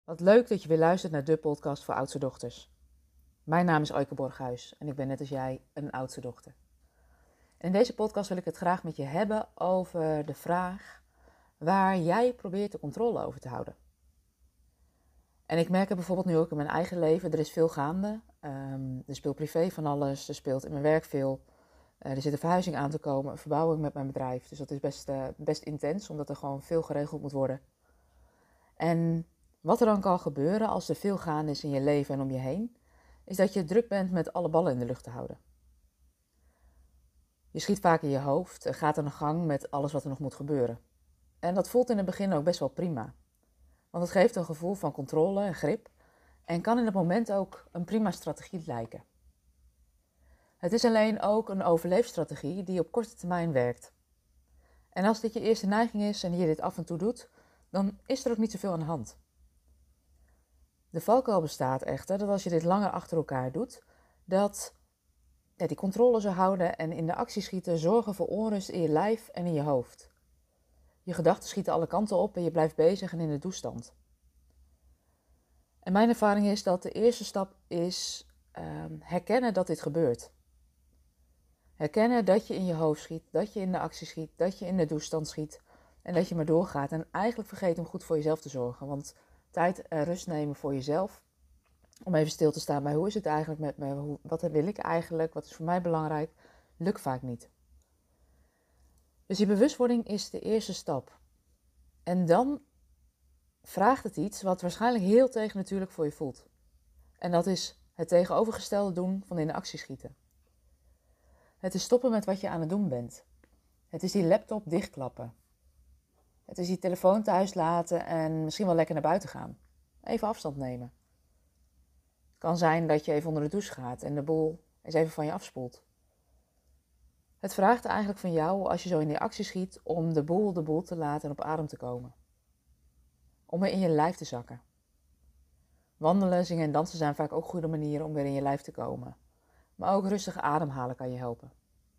Wat leuk dat je weer luistert naar de podcast voor oudste dochters. Mijn naam is Oike Borghuis en ik ben net als jij een oudste dochter. En in deze podcast wil ik het graag met je hebben over de vraag waar jij probeert de controle over te houden. En ik merk het bijvoorbeeld nu ook in mijn eigen leven, er is veel gaande. Er speelt privé van alles, er speelt in mijn werk veel. Er zit een verhuizing aan te komen, een verbouwing met mijn bedrijf. Dus dat is best intens, omdat er gewoon veel geregeld moet worden. En wat er dan kan gebeuren als er veel gaande is in je leven en om je heen, is dat je druk bent met alle ballen in de lucht te houden. Je schiet vaak in je hoofd en gaat aan de gang met alles wat er nog moet gebeuren. En dat voelt in het begin ook best wel prima. Want het geeft een gevoel van controle en grip en kan in het moment ook een prima strategie lijken. Het is alleen ook een overleefstrategie die op korte termijn werkt. En als dit je eerste neiging is en je dit af en toe doet, dan is er ook niet zoveel aan de hand. De valkuil bestaat echter dat als je dit langer achter elkaar doet, dat die controle zou houden en in de actie schieten zorgen voor onrust in je lijf en in je hoofd. Je gedachten schieten alle kanten op en je blijft bezig en in de toestand. En mijn ervaring is dat de eerste stap is herkennen dat dit gebeurt. Herkennen dat je in je hoofd schiet, dat je in de actie schiet, dat je in de toestand schiet en dat je maar doorgaat en eigenlijk vergeet om goed voor jezelf te zorgen. Want tijd en rust nemen voor jezelf, om even stil te staan bij hoe is het eigenlijk met me, wat wil ik eigenlijk, wat is voor mij belangrijk, lukt vaak niet. Dus die bewustwording is de eerste stap. En dan vraagt het iets wat waarschijnlijk heel tegennatuurlijk voor je voelt. En dat is het tegenovergestelde doen van in de actie schieten. Het is stoppen met wat je aan het doen bent. Het is die laptop dichtklappen. Het is die telefoon thuis laten en misschien wel lekker naar buiten gaan. Even afstand nemen. Het kan zijn dat je even onder de douche gaat en de boel eens even van je afspoelt. Het vraagt eigenlijk van jou, als je zo in die actie schiet, om de boel te laten en op adem te komen. Om weer in je lijf te zakken. Wandelen, zingen en dansen zijn vaak ook goede manieren om weer in je lijf te komen. Maar ook rustig ademhalen kan je helpen.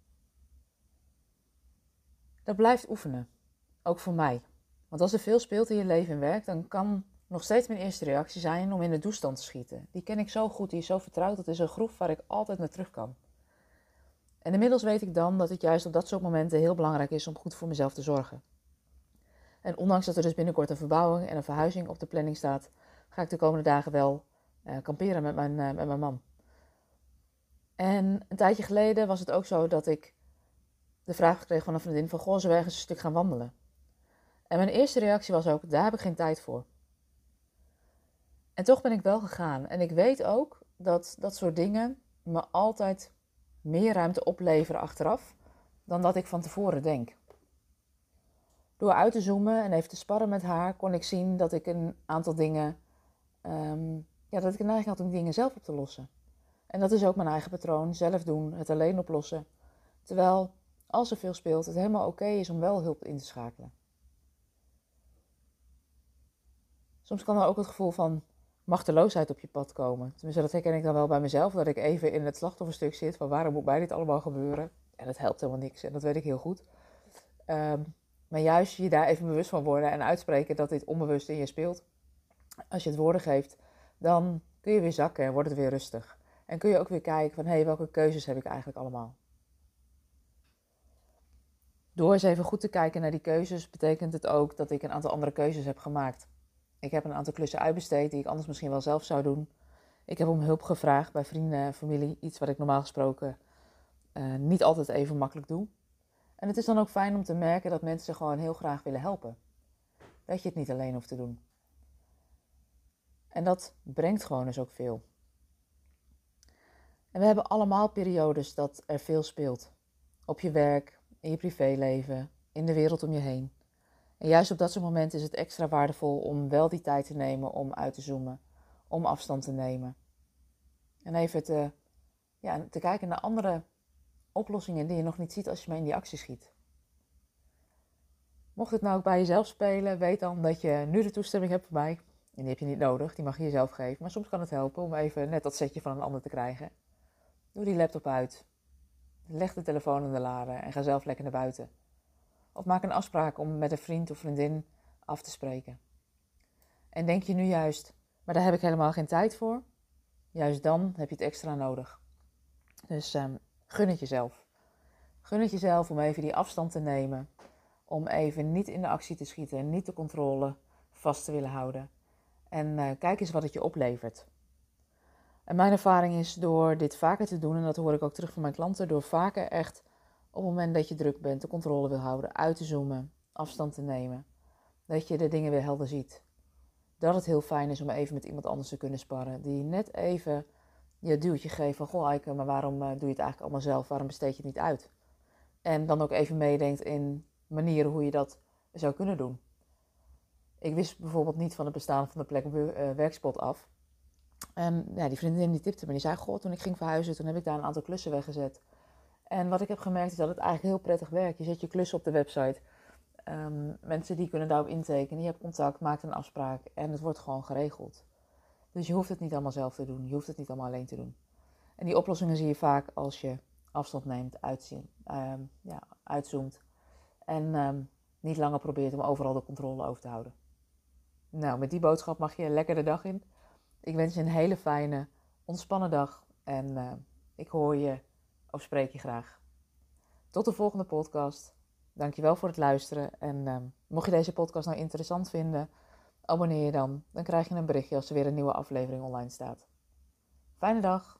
Dat blijft oefenen. Ook voor mij. Want als er veel speelt in je leven en werk, dan kan nog steeds mijn eerste reactie zijn om in de douchestand te schieten. Die ken ik zo goed, die is zo vertrouwd, dat is een groef waar ik altijd naar terug kan. En inmiddels weet ik dan dat het juist op dat soort momenten heel belangrijk is om goed voor mezelf te zorgen. En ondanks dat er dus binnenkort een verbouwing en een verhuizing op de planning staat, ga ik de komende dagen wel kamperen met mijn man. En een tijdje geleden was het ook zo dat ik de vraag kreeg van een vriendin van, goh, zullen we ergens een stuk gaan wandelen? En mijn eerste reactie was ook, daar heb ik geen tijd voor. En toch ben ik wel gegaan. En ik weet ook dat dat soort dingen me altijd meer ruimte opleveren achteraf dan dat ik van tevoren denk. Door uit te zoomen en even te sparren met haar kon ik zien dat ik een aantal dingen, dat ik een neiging had om dingen zelf op te lossen. En dat is ook mijn eigen patroon, zelf doen, het alleen oplossen. Terwijl als er veel speelt, het helemaal oké is om wel hulp in te schakelen. Soms kan er ook het gevoel van machteloosheid op je pad komen. Tenminste, dat herken ik dan wel bij mezelf, dat ik even in het slachtofferstuk zit van waarom moet mij dit allemaal gebeuren? En dat helpt helemaal niks en dat weet ik heel goed. Maar juist je daar even bewust van worden en uitspreken dat dit onbewust in je speelt. Als je het woorden geeft, dan kun je weer zakken en wordt het weer rustig. En kun je ook weer kijken van, hé, welke keuzes heb ik eigenlijk allemaal? Door eens even goed te kijken naar die keuzes, betekent het ook dat ik een aantal andere keuzes heb gemaakt. Ik heb een aantal klussen uitbesteed die ik anders misschien wel zelf zou doen. Ik heb om hulp gevraagd bij vrienden en familie. Iets wat ik normaal gesproken niet altijd even makkelijk doe. En het is dan ook fijn om te merken dat mensen gewoon heel graag willen helpen. Dat je het niet alleen hoeft te doen. En dat brengt gewoon dus ook veel. En we hebben allemaal periodes dat er veel speelt. Op je werk, in je privéleven, in de wereld om je heen. En juist op dat soort momenten is het extra waardevol om wel die tijd te nemen om uit te zoomen. Om afstand te nemen. En even te kijken naar andere oplossingen die je nog niet ziet als je maar in die actie schiet. Mocht het nou ook bij jezelf spelen, weet dan dat je nu de toestemming hebt voor mij. En die heb je niet nodig, die mag je jezelf geven. Maar soms kan het helpen om even net dat setje van een ander te krijgen. Doe die laptop uit. Leg de telefoon in de lade en ga zelf lekker naar buiten. Of maak een afspraak om met een vriend of vriendin af te spreken. En denk je nu juist, Maar daar heb ik helemaal geen tijd voor. Juist dan heb je het extra nodig. Dus gun het jezelf. Gun het jezelf om even die afstand te nemen. Om even niet in de actie te schieten, niet de controle vast te willen houden. En kijk eens wat het je oplevert. En mijn ervaring is door dit vaker te doen, en dat hoor ik ook terug van mijn klanten, door vaker echt op het moment dat je druk bent, de controle wil houden, uit te zoomen, afstand te nemen. Dat je de dingen weer helder ziet. Dat het heel fijn is om even met iemand anders te kunnen sparren. Die net even je duwtje geeft van, goh Eike, maar waarom doe je het eigenlijk allemaal zelf? Waarom besteed je het niet uit? En dan ook even meedenkt in manieren hoe je dat zou kunnen doen. Ik wist bijvoorbeeld niet van het bestaan van de plek werkspot af. En ja, die vriendin die tipte me. Die zei, goh, toen ik ging verhuizen, toen heb ik daar een aantal klussen weggezet. En wat ik heb gemerkt is dat het eigenlijk heel prettig werkt. Je zet je klussen op de website. Mensen die kunnen daarop intekenen. Je hebt contact, maakt een afspraak en het wordt gewoon geregeld. Dus je hoeft het niet allemaal zelf te doen. Je hoeft het niet allemaal alleen te doen. En die oplossingen zie je vaak als je afstand neemt, uitzoomt. En niet langer probeert om overal de controle over te houden. Nou, met die boodschap mag je lekker de dag in. Ik wens je een hele fijne, ontspannen dag. En ik hoor je of spreek je graag. Tot de volgende podcast. Dankjewel voor het luisteren. En mocht je deze podcast nou interessant vinden, abonneer je dan. Dan krijg je een berichtje als er weer een nieuwe aflevering online staat. Fijne dag.